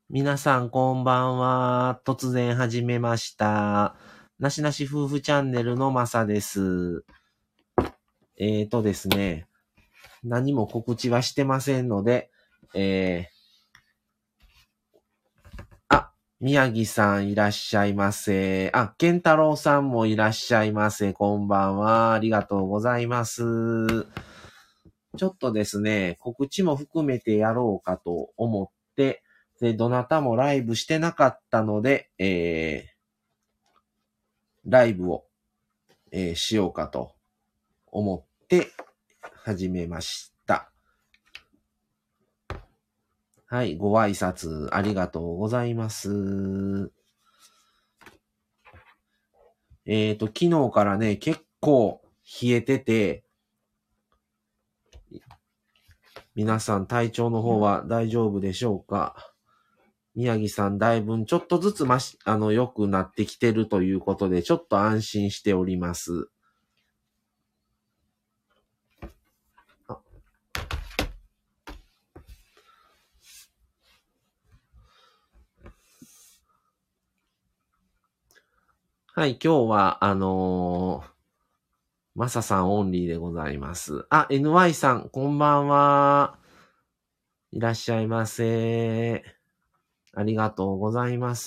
皆さんこんばんは。突然始めました。なしなし夫婦チャンネルのまさです。ですね、何も告知はしてませんので、宮城さんいらっしゃいませ。健太郎さんもいらっしゃいませ。こんばんは。ありがとうございます。ちょっとですね、告知も含めてやろうかと思って、で、どなたもライブしてなかったので、ライブを、しようかと思って始めました。はい、ご挨拶ありがとうございます。昨日からね、結構冷えてて、皆さん体調の方は大丈夫でしょうか？宮城さんだいぶちょっとずつ良くなってきてるということで、ちょっと安心しております。はい、今日はマサさんオンリーでございます。NY さん、こんばんは。いらっしゃいませ。ありがとうございます。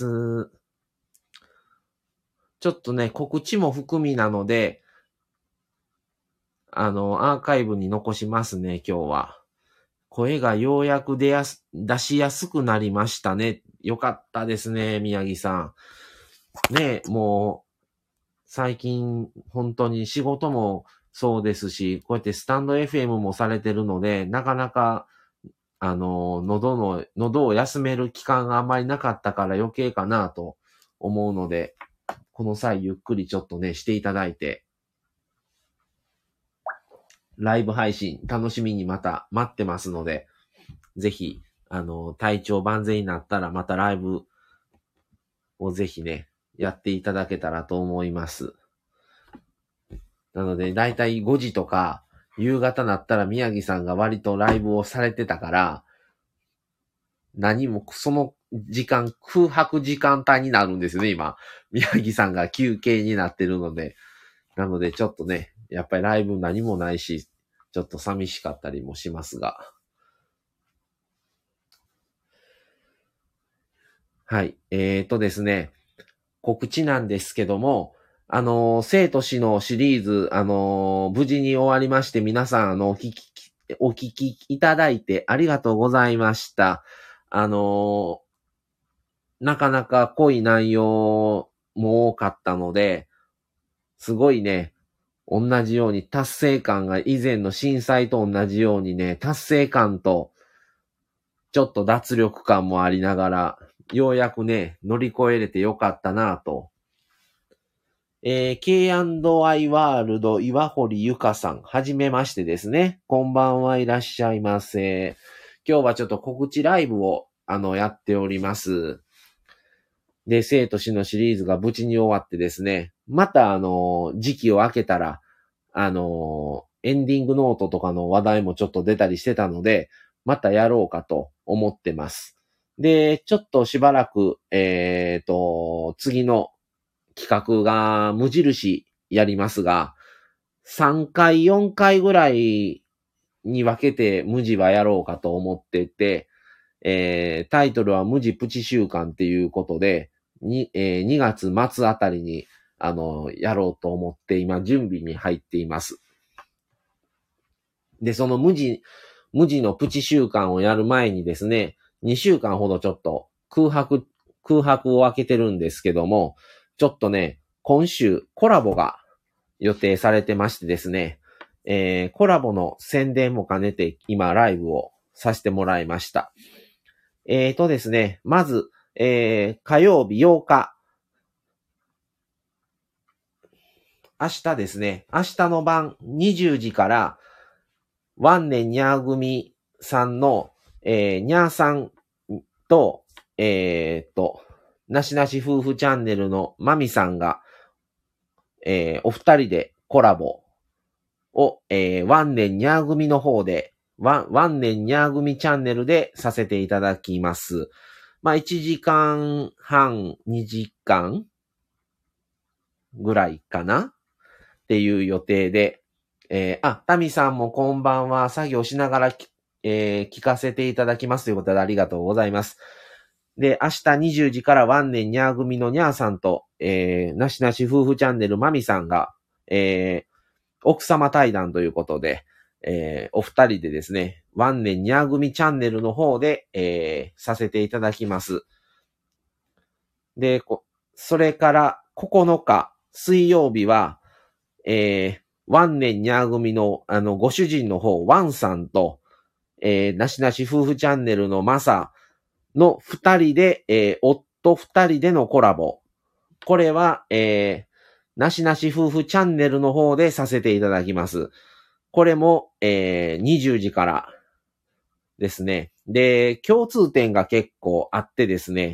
ちょっとね、告知も含みなので、アーカイブに残しますね、今日は。声がようやく出しやすくなりましたね。よかったですね、宮城さん。ね、もう、最近、本当に仕事もそうですし、こうやってスタンド FM もされてるので、なかなか、喉を休める期間があんまりなかったから余計かなと思うので、この際ゆっくりちょっとね、していただいて、ライブ配信楽しみにまた待ってますので、ぜひ、体調万全になったらまたライブをぜひね、やっていただけたらと思います。なので、だいたい5時とか、夕方なったら宮城さんが割とライブをされてたから、何もその時間、空白時間帯になるんですよね、今。宮城さんが休憩になってるので。なので、ちょっとね、やっぱりライブ何もないし、ちょっと寂しかったりもしますが。はい。ですね、告知なんですけども、生と死のシリーズ、無事に終わりまして、皆さん、お聞きいただいてありがとうございました。なかなか濃い内容も多かったので、すごいね、同じように達成感が以前の震災と同じようにね、達成感と、ちょっと脱力感もありながら、ようやくね、乗り越えれてよかったなぁと。K&I ワールド岩堀ゆかさん、はじめましてですね。こんばんはいらっしゃいませ。今日はちょっと告知ライブを、やっております。で、生と死のシリーズが無事に終わってですね、また時期を空けたら、エンディングノートとかの話題もちょっと出たりしてたので、またやろうかと思ってます。で、ちょっとしばらく、次の企画が無印やりますが、3回、4回ぐらいに分けて無地はやろうかと思ってて、タイトルは無地プチ週間っていうことで、2月末あたりに、やろうと思って今準備に入っています。で、その無地のプチ週間をやる前にですね、2週間ほどちょっと空白を空けてるんですけども、ちょっとね、今週コラボが予定されてましてですね、コラボの宣伝も兼ねて今ライブをさせてもらいました。ですね、まず、火曜日8日。明日ですね、明日の晩20時から、ワンネニャー組さんの、ニャーさんと、なしなし夫婦チャンネルのマミさんが、お二人でコラボを、ワンネニャー組の方で、ワンネニャー組チャンネルでさせていただきます。 まあ1時間半、2時間ぐらいかなっていう予定で、タミさんもこんばんは。作業しながら聞かせていただきますということでありがとうございます。で、明日20時からワンネンニャー組のニャーさんと、なしなし夫婦チャンネルマミさんが、奥様対談ということで、お二人でですね、ワンネンニャー組チャンネルの方で、させていただきます。で、それから9日水曜日は、ワンネンニャー組のご主人の方、ワンさんと、なしなし夫婦チャンネルのマサの二人で、夫二人でのコラボ。これは、なしなし夫婦チャンネルの方でさせていただきます。これも、20時からですね。で、共通点が結構あってですね。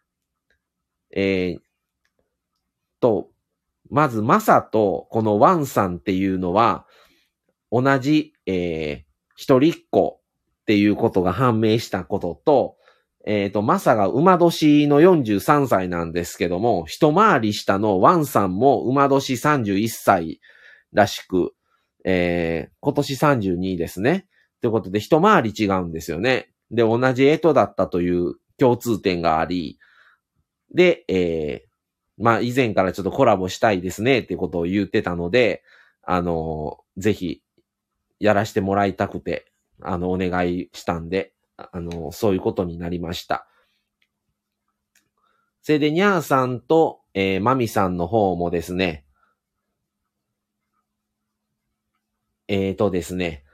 まず、マサとこのワンさんっていうのは、同じ、一人っ子っていうことが判明したことと、マサが馬年の43歳なんですけども、一回り下のワンさんも馬年31歳らしく、今年32ですね。ということで、一回り違うんですよね。で、同じ干支だったという共通点があり、で、まあ、以前からちょっとコラボしたいですねっていうことを言ってたので、ぜひ、やらしてもらいたくて、お願いしたんで、そういうことになりました。それで、にゃーさんと、まみさんの方もですね、ですね、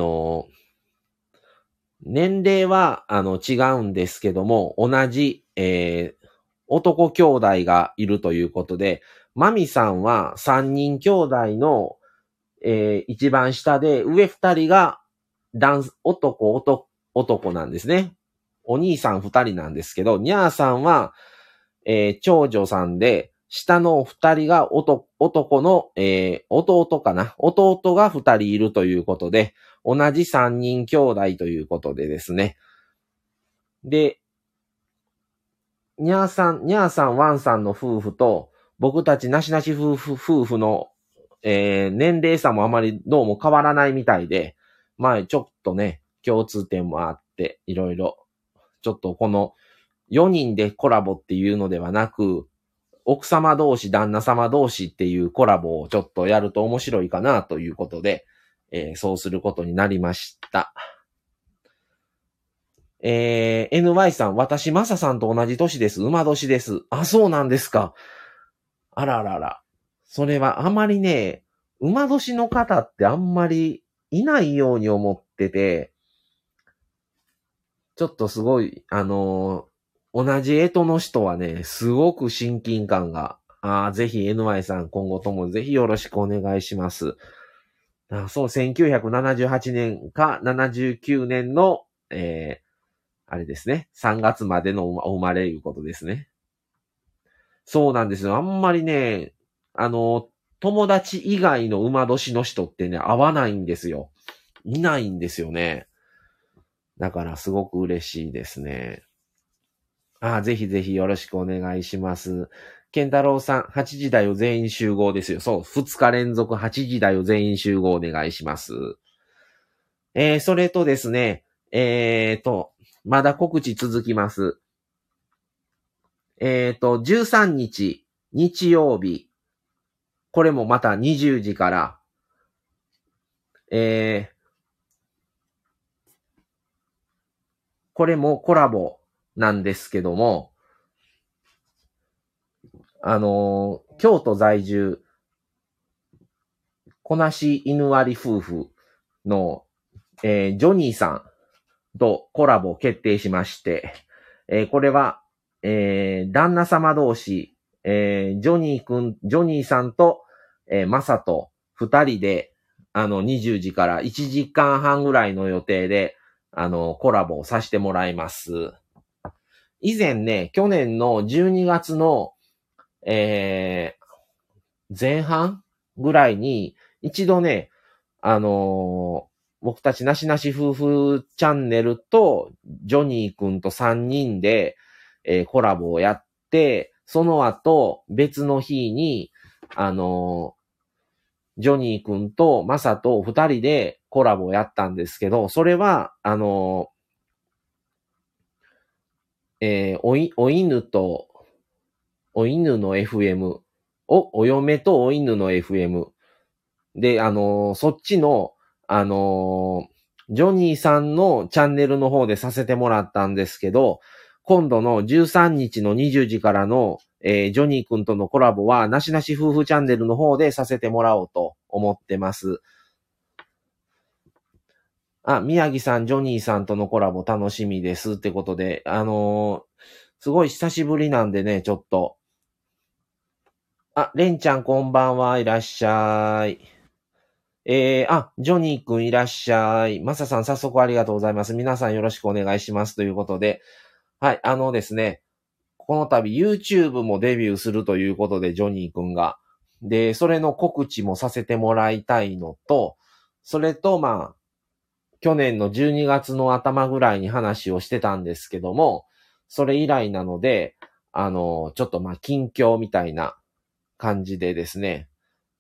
年齢は、違うんですけども、同じ、男兄弟がいるということで、まみさんは3人兄弟の、一番下で、上2人が男なんですね。お兄さん2人なんですけど、にゃーさんは、長女さんで、下の2人が男の、弟かな。弟が2人いるということで、同じ3人兄弟ということでですね。で、にゃーさん、ワンさんの夫婦と、僕たちなしなし夫婦の、年齢差もあまりどうも変わらないみたいで、まあちょっとね、共通点もあって、いろいろ、ちょっとこの4人でコラボっていうのではなく、奥様同士、旦那様同士っていうコラボをちょっとやると面白いかなということで、そうすることになりました。NY さん、私、マサさんと同じ年です。馬年です。あ、そうなんですか。あららら。それはあまりね、馬年の方ってあんまりいないように思ってて、ちょっとすごい、同じ干支の人はね、すごく親近感が、ぜひ NY さん今後ともぜひよろしくお願いします。そう、1978年か79年の、あれですね、3月までのお生まれいうことですね。そうなんですよ。あんまりね、友達以外の馬年の人ってね、会わないんですよ。いないんですよね。だからすごく嬉しいですね。ぜひぜひよろしくお願いします。ケンタロウさん、8時だよ全員集合ですよ。そう、2日連続8時だよ全員集合お願いします。それとですね、まだ告知続きます。13日、日曜日、これもまた20時から、これもコラボなんですけども、京都在住、こなし犬割り夫婦の、ジョニーさんとコラボ決定しまして、これは、旦那様同士、ジョニーさんと、マサと二人で、20時から1時間半ぐらいの予定で、コラボをさせてもらいます。以前ね、去年の12月の、前半ぐらいに、一度ね、僕たちなしなし夫婦チャンネルと、ジョニーくんと3人で、 コラボをやって、その後、別の日に、ジョニー君とマサと二人でコラボをやったんですけど、それは、お犬の FM、お嫁とお犬の FM。で、そっちの、ジョニーさんのチャンネルの方でさせてもらったんですけど、今度の13日の20時からの、ジョニー君とのコラボは、なしなし夫婦チャンネルの方でさせてもらおうと思ってます。宮城さん、ジョニーさんとのコラボ楽しみですってことで、すごい久しぶりなんでね、ちょっと。レンちゃんこんばんはいらっしゃい。ジョニーくんいらっしゃい。マサさん早速ありがとうございます。皆さんよろしくお願いしますということで。はい、ですね。この度 YouTube もデビューするということで、ジョニーくんが。で、それの告知もさせてもらいたいのと、それと去年の12月の頭ぐらいに話をしてたんですけども、それ以来なので、ちょっと近況みたいな感じでですね、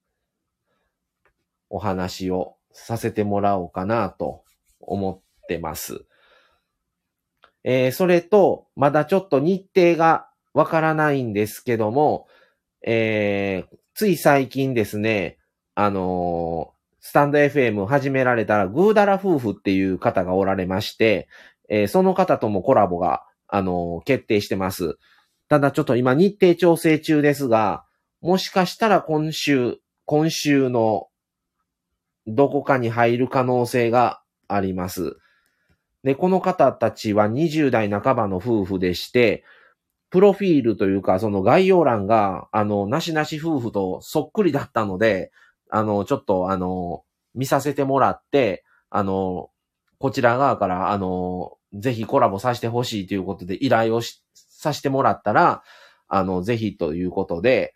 お話をさせてもらおうかなと思ってます。それと、まだちょっと日程がわからないんですけども、つい最近ですね、スタンド FM 始められたグーダラ夫婦っていう方がおられまして、その方ともコラボが、決定してます。ただちょっと今日程調整中ですが、もしかしたら今週のどこかに入る可能性があります。で、この方たちは20代半ばの夫婦でして、プロフィールというか、その概要欄が、なしなし夫婦とそっくりだったので、ちょっと見させてもらって、こちら側から、ぜひコラボさせてほしいということで依頼をさせてもらったら、ぜひということで、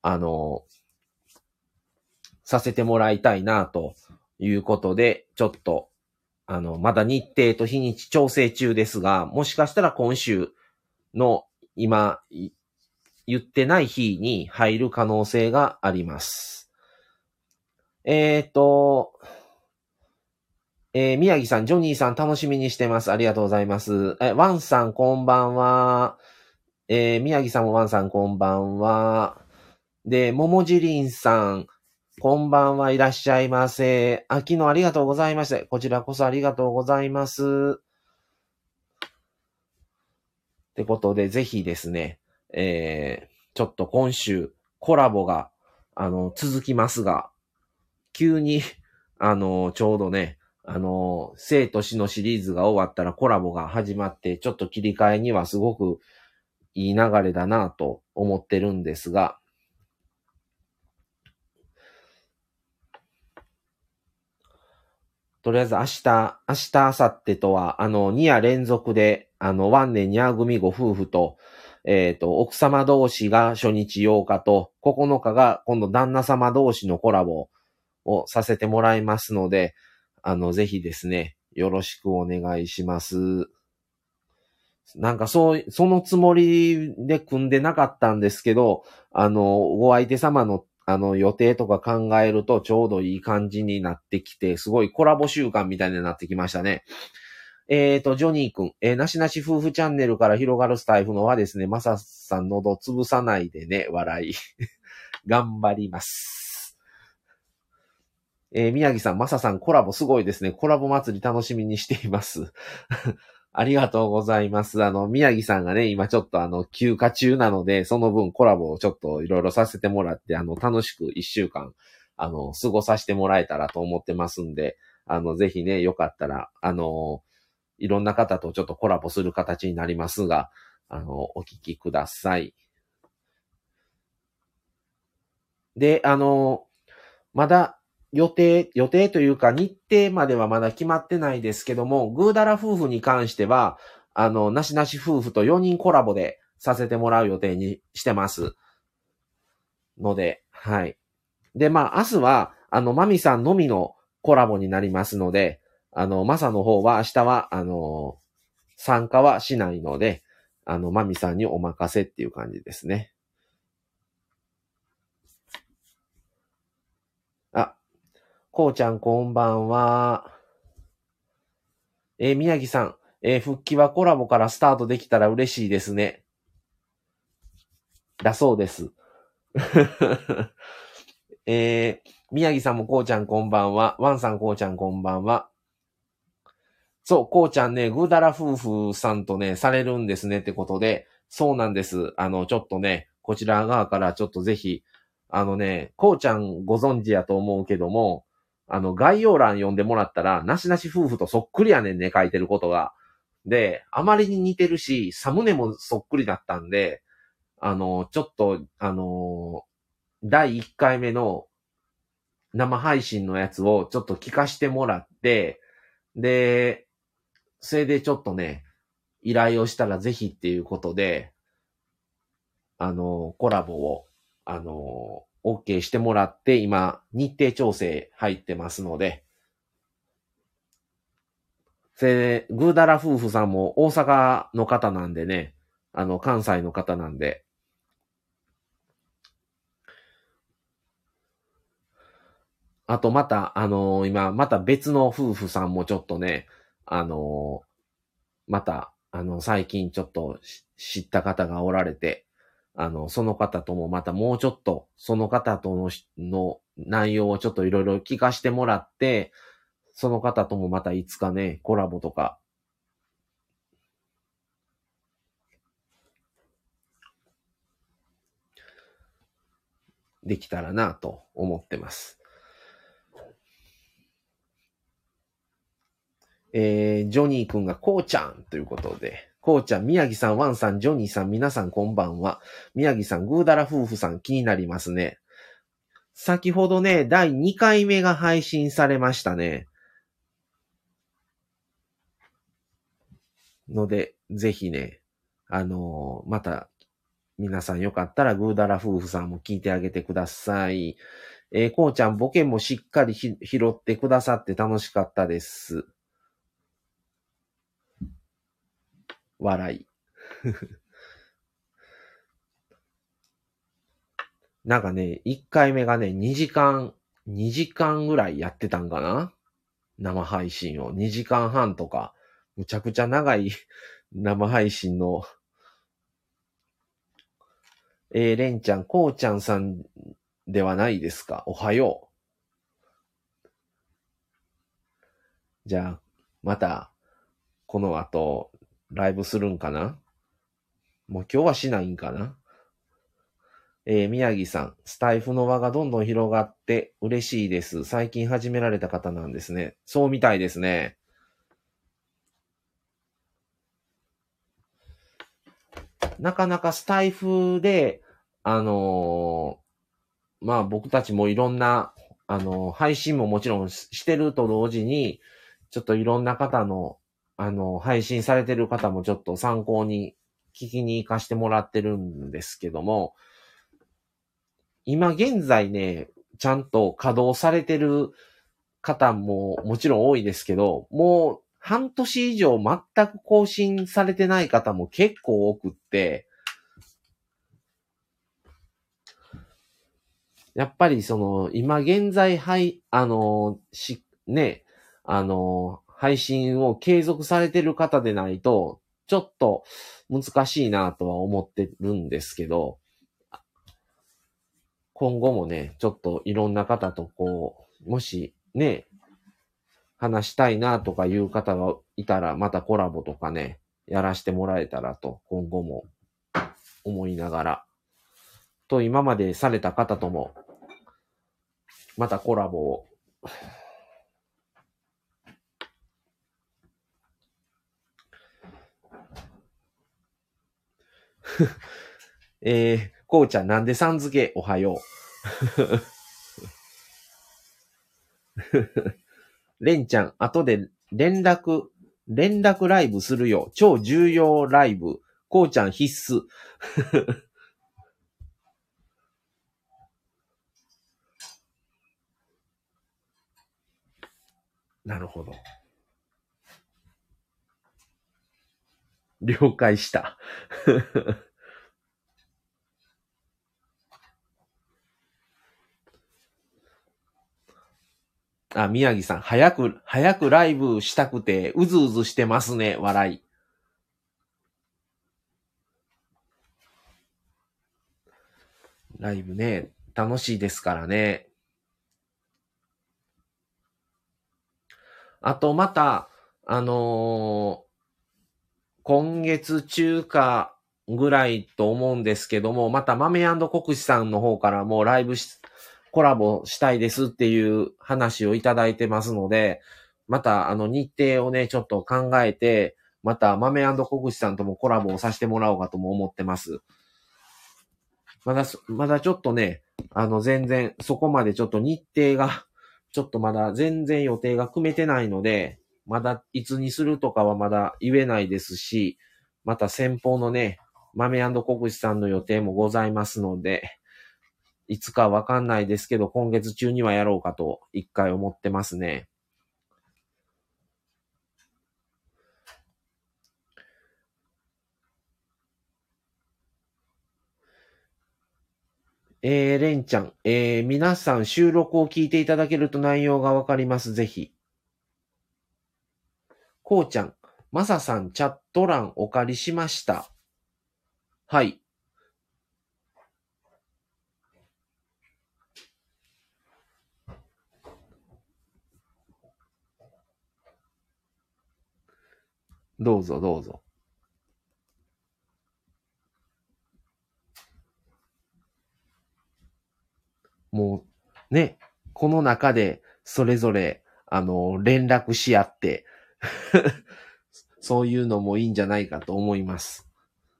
させてもらいたいな、ということで、ちょっと、まだ日程と日にち調整中ですが、もしかしたら今週の今言ってない日に入る可能性があります。宮城さん、ジョニーさん楽しみにしてます。ありがとうございます。ワンさんこんばんは。宮城さんもワンさんこんばんは。で、ももじりんさん、こんばんはいらっしゃいませ。昨日ありがとうございました。こちらこそありがとうございます。ってことで、ぜひですね、ちょっと今週コラボが、続きますが、急に、ちょうどね、生と死のシリーズが終わったらコラボが始まって、ちょっと切り替えにはすごくいい流れだなと思ってるんですが、とりあえず明日、明後日とは、2夜連続で、ワンネニャー組ご夫婦と、奥様同士が初日8日と、9日が今度旦那様同士のコラボをさせてもらいますので、ぜひですね、よろしくお願いします。なんかそのつもりで組んでなかったんですけど、お相手様の予定とか考えるとちょうどいい感じになってきて、すごいコラボ習慣みたいになってきましたね。ジョニーくん、なしなし夫婦チャンネルから広がるスタイフのはですね、マサさん喉潰さないでね、笑い。頑張ります。宮城さん、マサさんコラボすごいですね。コラボ祭り楽しみにしています。ありがとうございます。宮城さんがね、今ちょっと休暇中なので、その分コラボをちょっといろいろさせてもらって、楽しく一週間、過ごさせてもらえたらと思ってますんで、ぜひね、よかったら、いろんな方とちょっとコラボする形になりますが、お聞きください。で、まだ、予定というか日程まではまだ決まってないですけども、グーダラ夫婦に関しては、なしなし夫婦と4人コラボでさせてもらう予定にしてます。ので、はい。で、明日は、マミさんのみのコラボになりますので、マサの方は明日は、参加はしないので、 マミさんにお任せっていう感じですね。あ、こうちゃんこんばんは。宮城さん、復帰はコラボからスタートできたら嬉しいですね。だそうです。宮城さんもこうちゃんこんばんは。ワンさんこうちゃんこんばんは。そう、こうちゃんね、ぐーだら夫婦さんとね、されるんですねってことで、そうなんです。ちょっとね、こちら側からちょっとぜひ、こうちゃんご存知やと思うけども、概要欄読んでもらったら、なしなし夫婦とそっくりやねんね、書いてることが。で、あまりに似てるし、サムネもそっくりだったんで、ちょっと、第1回目の生配信のやつをちょっと聞かしてもらって、で、それでちょっとね、依頼をしたらぜひっていうことで、コラボを、OK してもらって、今、日程調整入ってますので、で、グーダラ夫婦さんも大阪の方なんでね、関西の方なんで、あとまた、今、また別の夫婦さんもちょっとね、また、最近ちょっと知った方がおられて、その方ともまたもうちょっと、その方との内容をちょっといろいろ聞かしてもらって、その方ともまたいつかね、コラボとか、できたらなと思ってます。ジョニーくんがこうちゃんということで、こうちゃん、宮城さん、ワンさん、ジョニーさん、皆さんこんばんは。宮城さん、グーダラ夫婦さん気になりますね。先ほどね、第2回目が配信されましたね。ので、ぜひね、また、皆さんよかったら、グーダラ夫婦さんも聞いてあげてください。こうちゃん、ボケもしっかり拾ってくださって楽しかったです。笑い。なんかね、1回目がね、2時間ぐらいやってたんかな、生配信を。2時間半とか、むちゃくちゃ長い生配信の、レンちゃん、こうちゃんさんではないですか。おはよう。じゃあ、また、この後、ライブするんかな。もう今日はしないんかな。宮城さん、スタイフの輪がどんどん広がって嬉しいです。最近始められた方なんですね。そうみたいですね。なかなかスタイフで、まあ僕たちもいろんな、配信ももちろんしてると同時に、ちょっといろんな方の、配信されてる方もちょっと参考に聞きに行かしてもらってるんですけども、今現在ね、ちゃんと稼働されてる方ももちろん多いですけど、もう半年以上全く更新されてない方も結構多くって、やっぱりその、今現在、はい、ね、配信を継続されてる方でないと、ちょっと難しいなとは思ってるんですけど、今後もね、ちょっといろんな方とこう、もしね、話したいなとかいう方がいたら、またコラボとかね、やらせてもらえたらと、今後も思いながら、と今までされた方とも、またコラボをこうちゃんなんでさん付けおはよう。れんちゃん、後で連絡ライブするよ。超重要ライブ。こうちゃん必須。なるほど。 了解した。あ、宮城さん、早くライブしたくて、うずうずしてますね、笑い。ライブね、楽しいですからね。あと、また、今月中かぐらいと思うんですけども、また豆国士さんの方からもライブコラボしたいですっていう話をいただいてますので、また日程をね、ちょっと考えて、また豆国士さんともコラボをさせてもらおうかとも思ってます。まだちょっとね、全然そこまでちょっと日程が、ちょっとまだ全然予定が組めてないので、まだいつにするとかはまだ言えないですし、また先方のね、豆国士さんの予定もございますので、いつかわかんないですけど、今月中にはやろうかと一回思ってますね。レンちゃん、皆さん収録を聞いていただけると内容がわかります。ぜひ。こうちゃん、まささんチャット欄お借りしました。はい。どうぞどうぞ。もう、ね、この中でそれぞれ、連絡し合ってそういうのもいいんじゃないかと思います。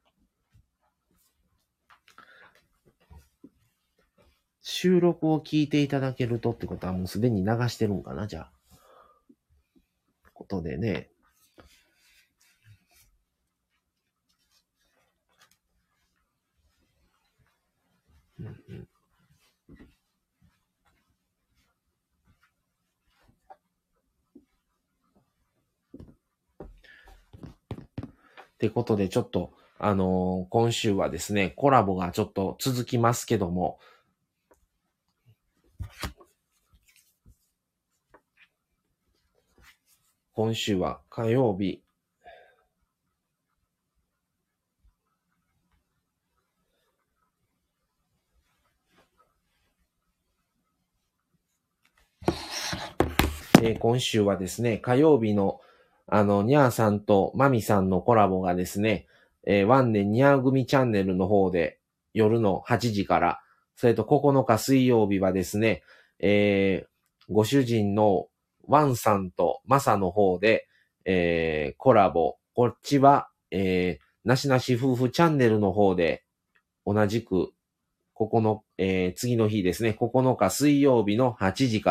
収録を聞いていただけるとってことはもうすでに流してるんかな、じゃあ。ことでね。うんうん、ってことで、ちょっと、今週はですね、コラボがちょっと続きますけども、今週は火曜日、今週はですね、火曜日の、にゃーさんとまみさんのコラボがですね、ワンネにゃー組チャンネルの方で夜の8時から、それと9日水曜日はですね、ご主人のワンさんとマサの方で、コラボ。こっちは、なしなし夫婦チャンネルの方で同じく次の日ですね、9日水曜日の8時から、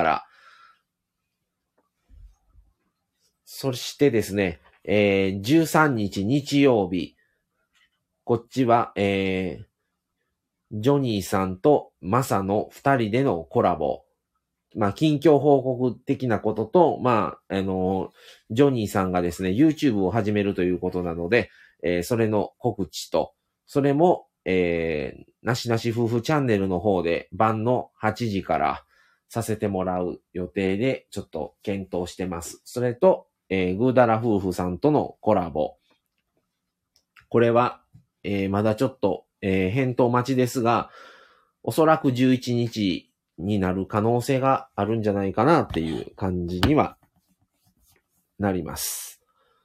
そしてですね、13日日曜日、こっちは、ジョニーさんとマサの2人でのコラボ。まあ、近況報告的なことと、まあ、ジョニーさんがですね、YouTube を始めるということなので、それの告知と、それも、なしなし夫婦チャンネルの方で晩の8時からさせてもらう予定で、ちょっと検討してます。それと、グーダラ夫婦さんとのコラボ。これは、まだちょっと、返答待ちですが、おそらく11日になる可能性があるんじゃないかなっていう感じにはなります。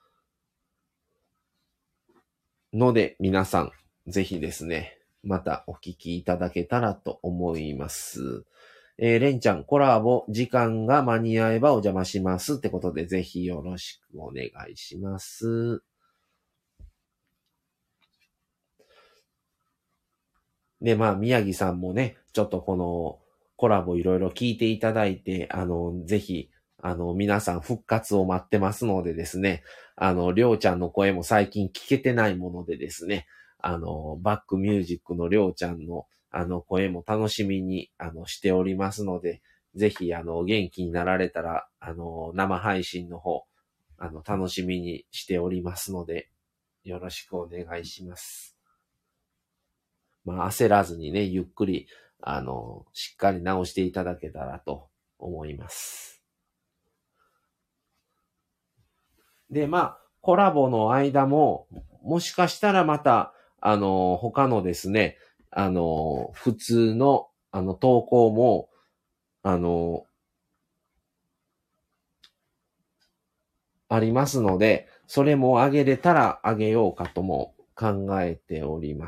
ので、皆さん、ぜひですね、またお聞きいただけたらと思います。レンちゃん、コラボ、時間が間に合えばお邪魔しますってことで、ぜひよろしくお願いします。で、まあ、宮城さんもね、ちょっとこのコラボいろいろ聞いていただいて、ぜひ、皆さん復活を待ってますのでですね、りょうちゃんの声も最近聞けてないものでですね、バックミュージックのりょうちゃんの、声も楽しみに、しておりますので、ぜひ、元気になられたら、生配信の方、楽しみにしておりますので、 よろしくお願いします。まあ、焦らずにね、ゆっくり、しっかり直していただけたらと思います。で、まあ、コラボの間も、もしかしたらまた、他のですね、普通の、投稿も、ありますので、それも上げれたら上げようかとも考えております。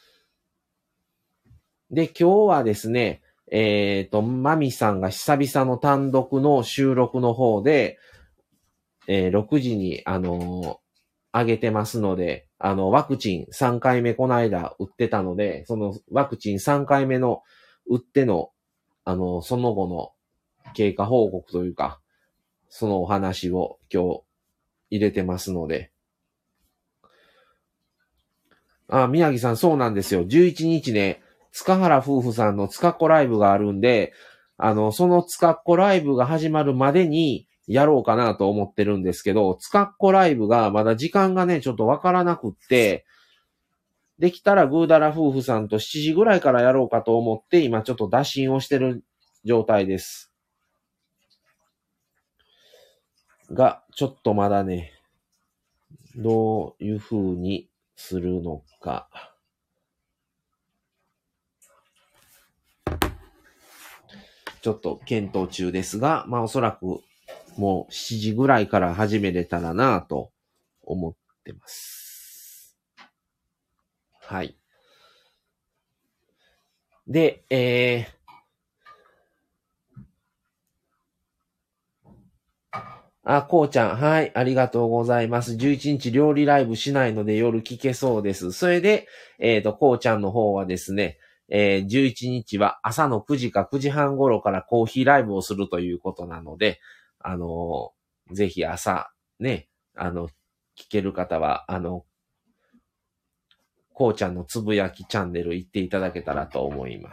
で、今日はですね、マミさんが久々の単独の収録の方で、6時に、上げてますので、ワクチン3回目この間打ってたので、そのワクチン3回目の打っての、その後の経過報告というか、そのお話を今日入れてますので。宮城さんそうなんですよ。11日ね、塚原夫婦さんの塚っ子ライブがあるんで、その塚っ子ライブが始まるまでにやろうかなと思ってるんですけど、塚っ子ライブがまだ時間がね、ちょっとわからなくって、できたらグーダラ夫婦さんと7時ぐらいからやろうかと思って、今ちょっと打診をしてる状態です。が、ちょっとまだね、どういう風にするのか。ちょっと検討中ですが、まあおそらくもう7時ぐらいから始めれたらなと思ってます。はい。で、こうちゃん、はい、ありがとうございます。11日料理ライブしないので夜聞けそうです。それで、こうちゃんの方はですね、11日は朝の9時か9時半頃からコーヒーライブをするということなので、ぜひ朝、ね、聞ける方は、こうちゃんのつぶやきチャンネル行っていただけたらと思います。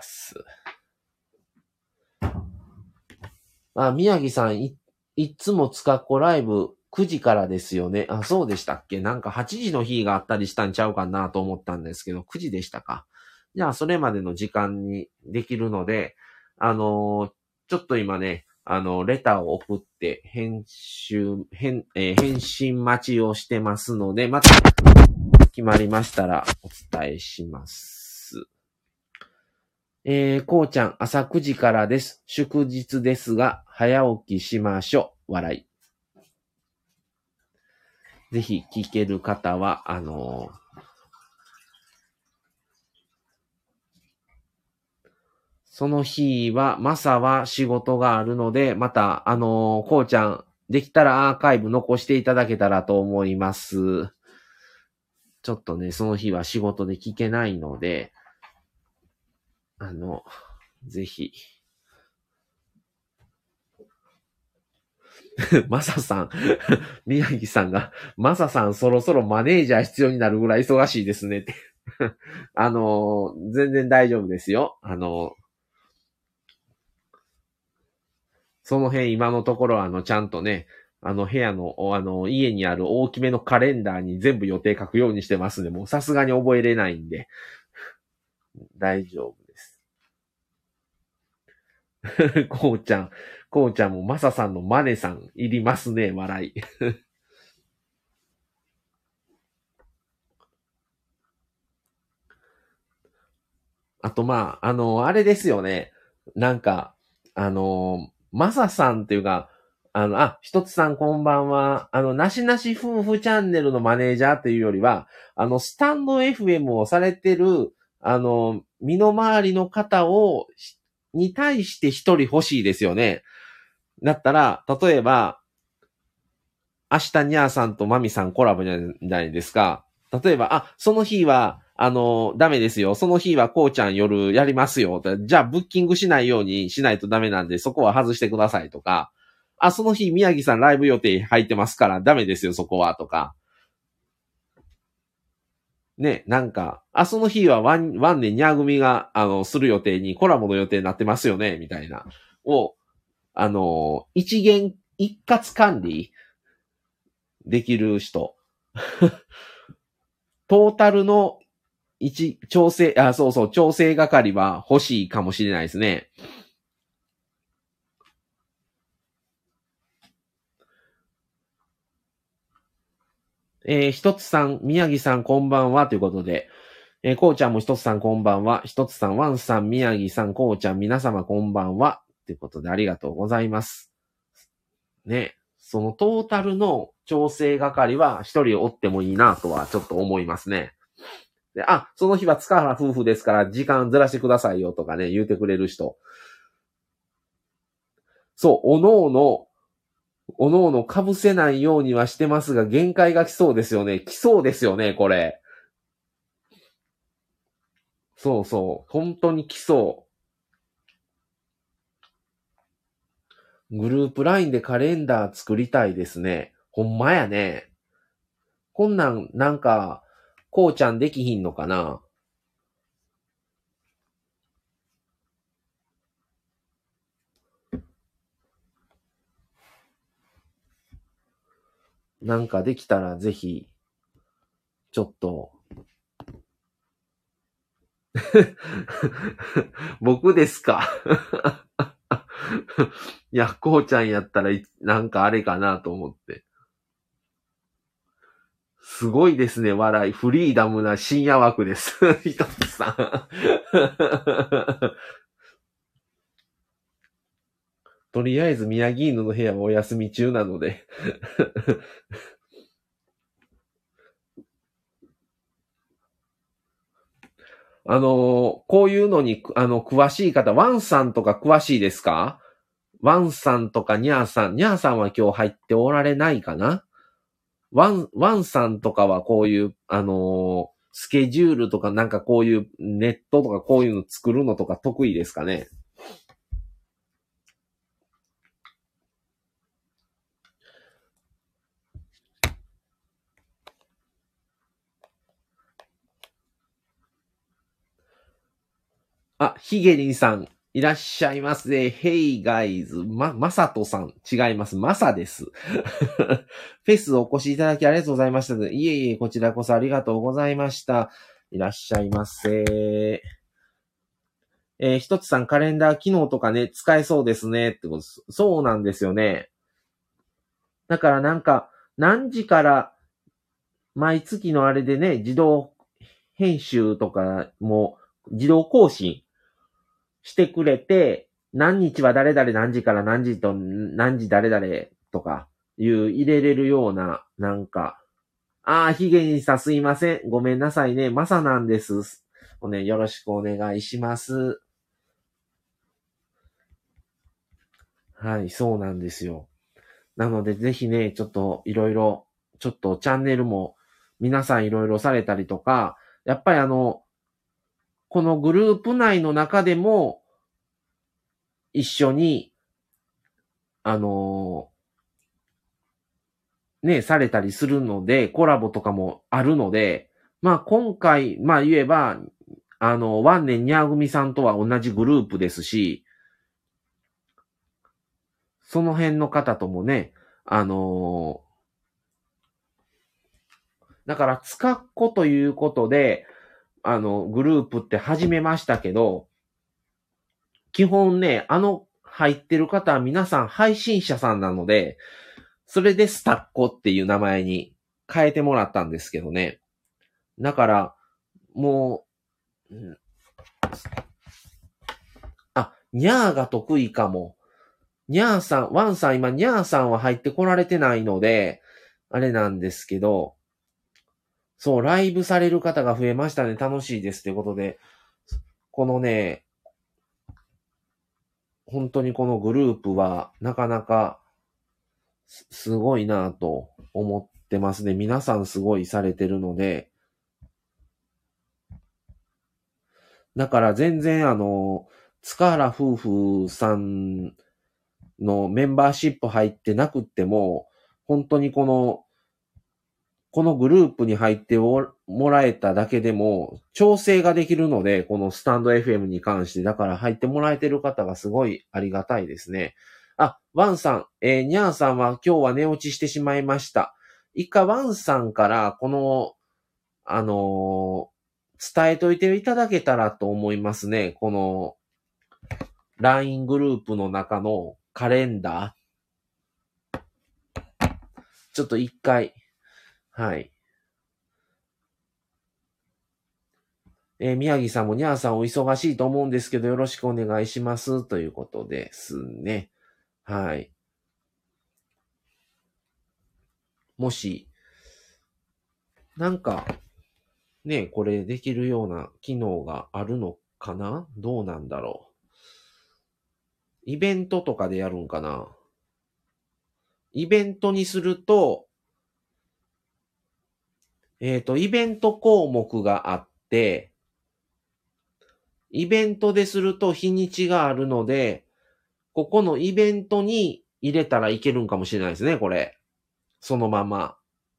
宮城さん、いつもつかっこライブ9時からですよね。そうでしたっけ？なんか8時の日があったりしたんちゃうかなと思ったんですけど、9時でしたか。じゃあ、それまでの時間にできるので、ちょっと今ね、レターを送って返信待ちをしてますので、また決まりましたらお伝えします。こうちゃん、朝9時からです。祝日ですが、早起きしましょう。笑い。ぜひ聞ける方は、その日は、マサは仕事があるので、また、こうちゃん、できたらアーカイブ残していただけたらと思います。ちょっとね、その日は仕事で聞けないので、ぜひ。マサさん、宮城さんが、マサさんそろそろマネージャー必要になるぐらい忙しいですねって。全然大丈夫ですよ。その辺今のところちゃんとね、部屋の、家にある大きめのカレンダーに全部予定書くようにしてますね。もうさすがに覚えれないんで。大丈夫です。こうちゃんもマサさんのマネさんいりますね、笑い。あとあれですよね。なんか、マサさんっていうか、ひとつさんこんばんは。なしなし夫婦チャンネルのマネージャーっていうよりは、スタンド FM をされてる、身の回りの方に対して一人欲しいですよね。だったら、例えば、明日にゃーさんとまみさんコラボじゃないですか。例えば、その日は、ダメですよ。その日はこうちゃん夜やりますよ。じゃあ、ブッキングしないようにしないとダメなんで、そこは外してくださいとか。その日、宮城さんライブ予定入ってますから、ダメですよ、そこは、とか。ね、なんか、その日はワンでニャー組が、する予定にコラボの予定になってますよね、みたいな。を、一括管理できる人。 トータルの調整係は欲しいかもしれないですね。ひとつさん、宮城さんこんばんはということで、こうちゃんもひとつさんこんばんは。ひとつさん、ワンさん、宮城さん、こうちゃん、皆様こんばんは。ということでありがとうございます。ね。そのトータルの調整係は一人おってもいいなとはちょっと思いますね。で、その日は塚原夫婦ですから時間ずらしてくださいよとかね、言うてくれる人。そう、おのおの被せないようにはしてますが、限界が来そうですよね。来そうですよね、これ。そうそう。本当に来そう。グループラインでカレンダー作りたいですね。ほんまやね。こんなんか、こうちゃんできひんのかな？なんかできたらぜひ、ちょっと。僕ですか？いや、こうちゃんやったらなんかあれかなと思って。すごいですね、笑い。フリーダムな深夜枠です。ひとつさん。とりあえず宮城犬の部屋はお休み中なので。こういうのに、詳しい方、ワンさんとか詳しいですか？ワンさんとかニャーさん。ニャーさんは今日入っておられないかな？ワンさんとかはこういう、スケジュールとかなんかこういうネットとかこういうの作るのとか得意ですかね？ヒゲリンさん、いらっしゃいますね。Hey guys, まさとさん。違います。まさです。フェスお越しいただきありがとうございました。いえいえ、こちらこそありがとうございました。いらっしゃいませ。ひとつさんカレンダー機能とかね、使えそうですね。ってことです。そうなんですよね。だからなんか、何時から毎月のあれでね、自動編集とかも自動更新してくれて、何日は誰々何時から何時と何時誰々とかいう入れれるような、なんか、ヒゲにさすいません。ごめんなさいね。マサなんです。よろしくお願いします。はい、そうなんですよ。なので、ぜひね、ちょっといろいろ、ちょっとチャンネルも皆さんいろいろされたりとか、やっぱりこのグループ内の中でも一緒に、ね、されたりするので、コラボとかもあるので、今回、言えば、ワンネンニャーグミさんとは同じグループですし、その辺の方ともね、だから、つかっこということで、グループって始めましたけど、基本ね、入ってる方は皆さん配信者さんなので、それでスタッコっていう名前に変えてもらったんですけどね。だから、もう、ニャーが得意かも。ニャーさん、ワンさん今ニャーさんは入ってこられてないので、あれなんですけど、そう、ライブされる方が増えましたね。楽しいですということで、このね、本当にこのグループはなかなかすごいなぁと思ってますね。皆さんすごいされてるので、だから全然塚原夫婦さんのメンバーシップ入ってなくっても、本当にこのグループに入ってもらえただけでも、調整ができるので、このスタンド FM に関して、だから入ってもらえてる方がすごいありがたいですね。ワンさん、ニャーさんは今日は寝落ちしてしまいました。一回ワンさんから、この、 伝えといていただけたらと思いますね。この LINE グループの中のカレンダー。ちょっと一回、はい。宮城さんもにゃーさんお忙しいと思うんですけどよろしくお願いしますということですね。はい。もし、なんか、ね、これできるような機能があるのかな？どうなんだろう。イベントとかでやるんかな？イベントにすると、イベント項目があって、イベントですると日にちがあるので、ここのイベントに入れたらいけるんかもしれないですね、これ。そのまま。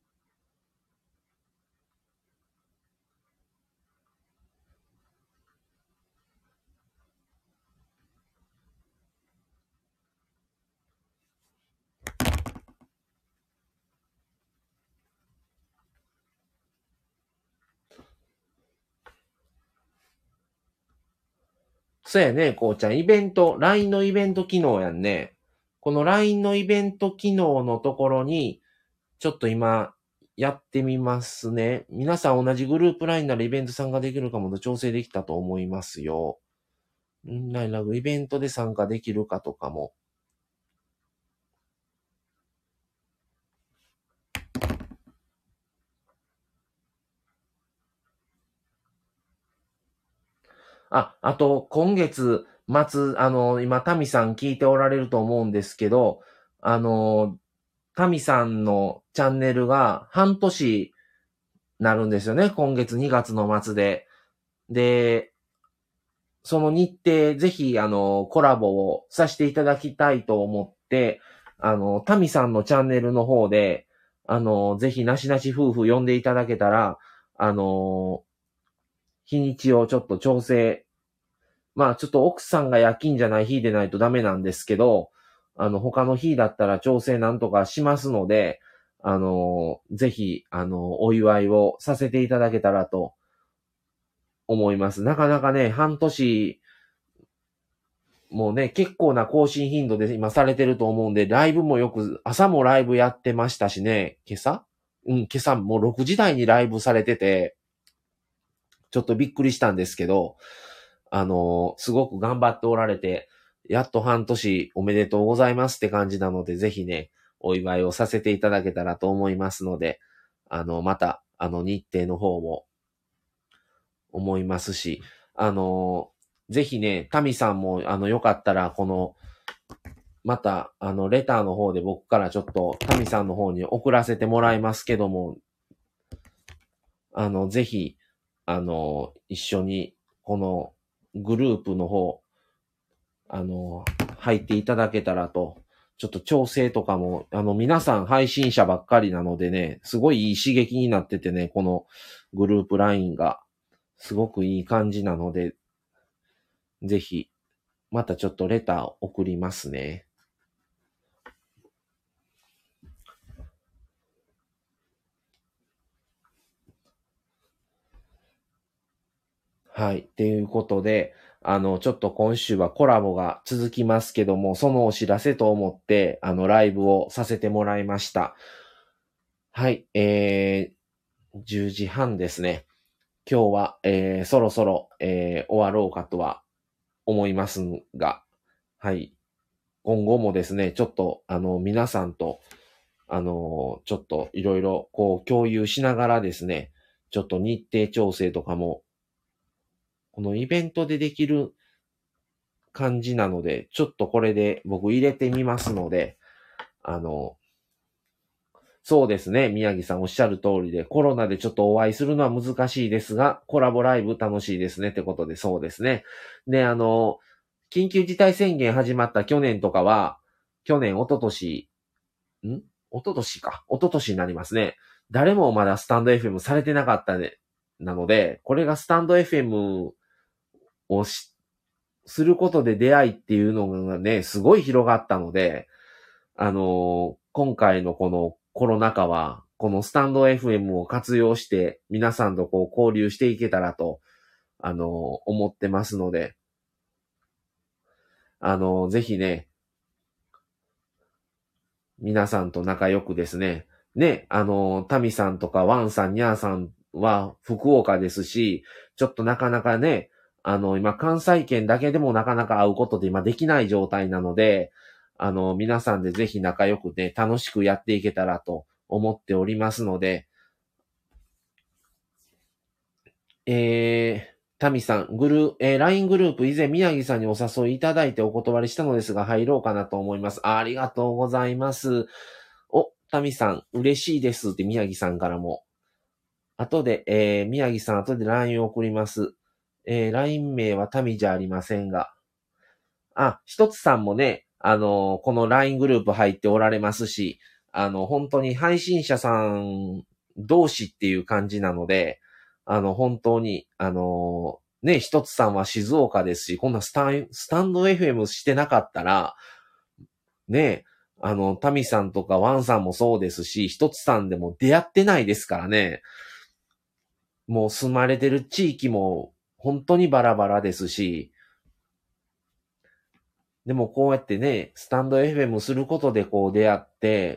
そうやね、こうちゃん。イベント、LINE のイベント機能やんね。この LINE のイベント機能のところに、ちょっと今、やってみますね。皆さん同じグループ LINE ならイベント参加できるかもと調整できたと思いますよ。イベントで参加できるかとかも。あと、今月末、今、タミさん聞いておられると思うんですけど、タミさんのチャンネルが半年なるんですよね。今月2月の末で。で、その日程、ぜひ、コラボをさせていただきたいと思って、タミさんのチャンネルの方で、ぜひ、なしなし夫婦呼んでいただけたら、日にちをちょっと調整、まあ、ちょっと奥さんが夜勤じゃない日でないとダメなんですけど、他の日だったら調整なんとかしますので、ぜひ、お祝いをさせていただけたらと思います。なかなかね、半年、もうね、結構な更新頻度で今されてると思うんで、ライブもよく、朝もライブやってましたしね、今朝もう6時台にライブされてて、ちょっとびっくりしたんですけど、すごく頑張っておられて、やっと半年おめでとうございますって感じなので、ぜひね、お祝いをさせていただけたらと思いますので、また、日程の方も思いますし、ぜひね、タミさんも、よかったら、また、レターの方で僕からちょっと、タミさんの方に送らせてもらいますけども、ぜひ、一緒に、このグループの方、入っていただけたらと、ちょっと調整とかも、皆さん配信者ばっかりなのでね、すごいいい刺激になっててね、このグループ LINE が、すごくいい感じなので、ぜひ、またちょっとレター送りますね。はい。っていうことで、ちょっと今週はコラボが続きますけども、そのお知らせと思って、ライブをさせてもらいました。はい。10時半ですね。今日は、そろそろ、終わろうかとは思いますが、はい。今後もですね、ちょっと、皆さんと、ちょっといろいろ、こう、共有しながらですね、ちょっと日程調整とかも、このイベントでできる感じなので、ちょっとこれで僕入れてみますので、あの、そうですね。宮城さんおっしゃる通りで、コロナでちょっとお会いするのは難しいですが、コラボライブ楽しいですねってことで、そうですね。で、緊急事態宣言始まった去年とかは、去年、一昨年一昨年か。一昨年になりますね。誰もまだスタンド FM されてなかったね。なので、これがスタンド FM をすることで出会いっていうのがね、すごい広がったので、今回のこのコロナ禍は、 このスタンド FM を活用して、皆さんとこう交流していけたらと、思ってますので、ぜひね、皆さんと仲良くですね、ね、タミさんとかワンさん、ニャーさんは福岡ですし、ちょっとなかなかね、今関西圏だけでもなかなか会うことで今できない状態なので、皆さんでぜひ仲良くね、楽しくやっていけたらと思っておりますので、タミさん、LINE グループ以前宮城さんにお誘いいただいてお断りしたのですが入ろうかなと思います。ありがとうございます。タミさん、嬉しいですって宮城さんからも。後で、宮城さん後で LINE を送ります。LINE 名はタミじゃありませんが。一つさんもね、この LINE グループ入っておられますし、本当に配信者さん同士っていう感じなので、本当に、ね、一つさんは静岡ですし、こんなスタンド FM してなかったら、ね、タミさんとかワンさんもそうですし、一つさんでも出会ってないですからね。もう住まれてる地域も本当にバラバラですし、でもこうやってね、スタンド FM することでこう出会って、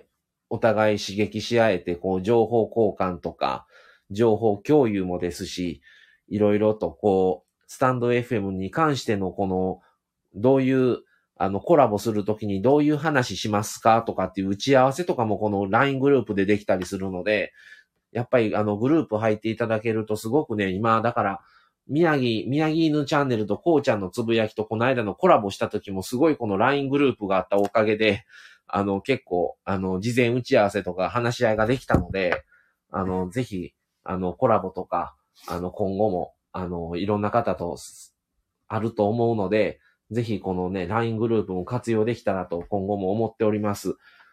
お互い刺激し合えて、こう情報交換とか、情報共有もですし、いろいろとこう、スタンド FM に関してのこの、どういう、コラボするときにどういう話しますかとかっていう打ち合わせとかもこの LINE グループでできたりするので、やっぱりグループ入っていただけるとすごくね、今だから、宮城犬チャンネルとこうちゃんのつぶやきとこの間のコラボした時もすごいこの LINE グループがあったおかげで、結構、事前打ち合わせとか話し合いができたので、ぜひ、コラボとか、今後も、いろんな方とあると思うので、ぜひこのね、LINE グループも活用できたらと今後も思っております。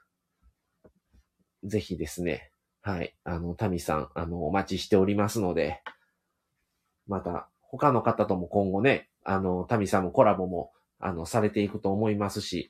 ぜひですね、はい、タミさん、お待ちしておりますので、また、他の方とも今後ね、タミさんもコラボも、されていくと思いますし、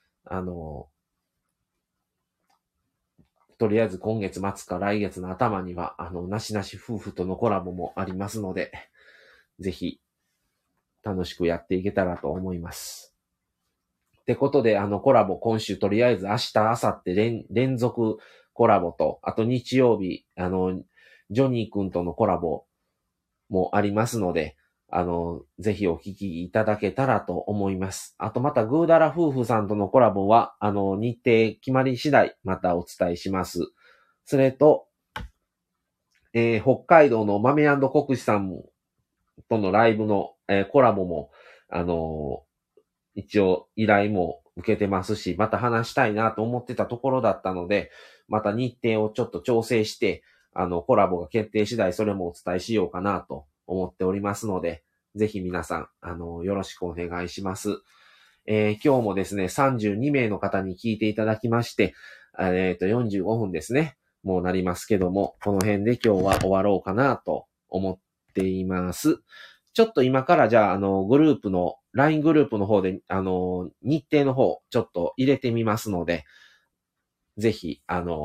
とりあえず今月末か来月の頭には、なしなし夫婦とのコラボもありますので、ぜひ、楽しくやっていけたらと思います。ってことで、コラボ今週とりあえず明日、明後日連続コラボと、あと日曜日、ジョニー君とのコラボもありますので、ぜひお聞きいただけたらと思います。あとまた、グーダラ夫婦さんとのコラボは、日程決まり次第、またお伝えします。それと、北海道の豆&国士さんとのライブの、コラボも、一応依頼も受けてますし、また話したいなと思ってたところだったので、また日程をちょっと調整して、コラボが決定次第それもお伝えしようかなと思っておりますので、ぜひ皆さん、よろしくお願いします。今日もですね、32名の方に聞いていただきまして、45分ですね。もうなりますけども、この辺で今日は終わろうかなと思っています。ちょっと今からじゃあ、グループの、LINE グループの方で、日程の方、ちょっと入れてみますので、ぜひ、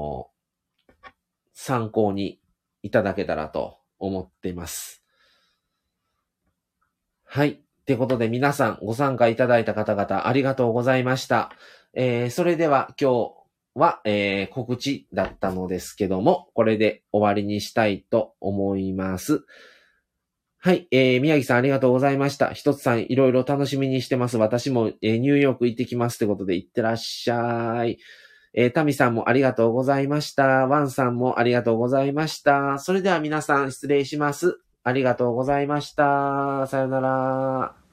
参考にいただけたらと思っています。はい。ってことで皆さんご参加いただいた方々ありがとうございました。それでは今日は、告知だったのですけども、これで終わりにしたいと思います。はい。宮城さんありがとうございました。一つさんいろいろ楽しみにしてます。私も、ニューヨーク行ってきますってことで行ってらっしゃい。タミさんもありがとうございました。ワンさんもありがとうございました。それでは皆さん失礼します。ありがとうございました。さよなら。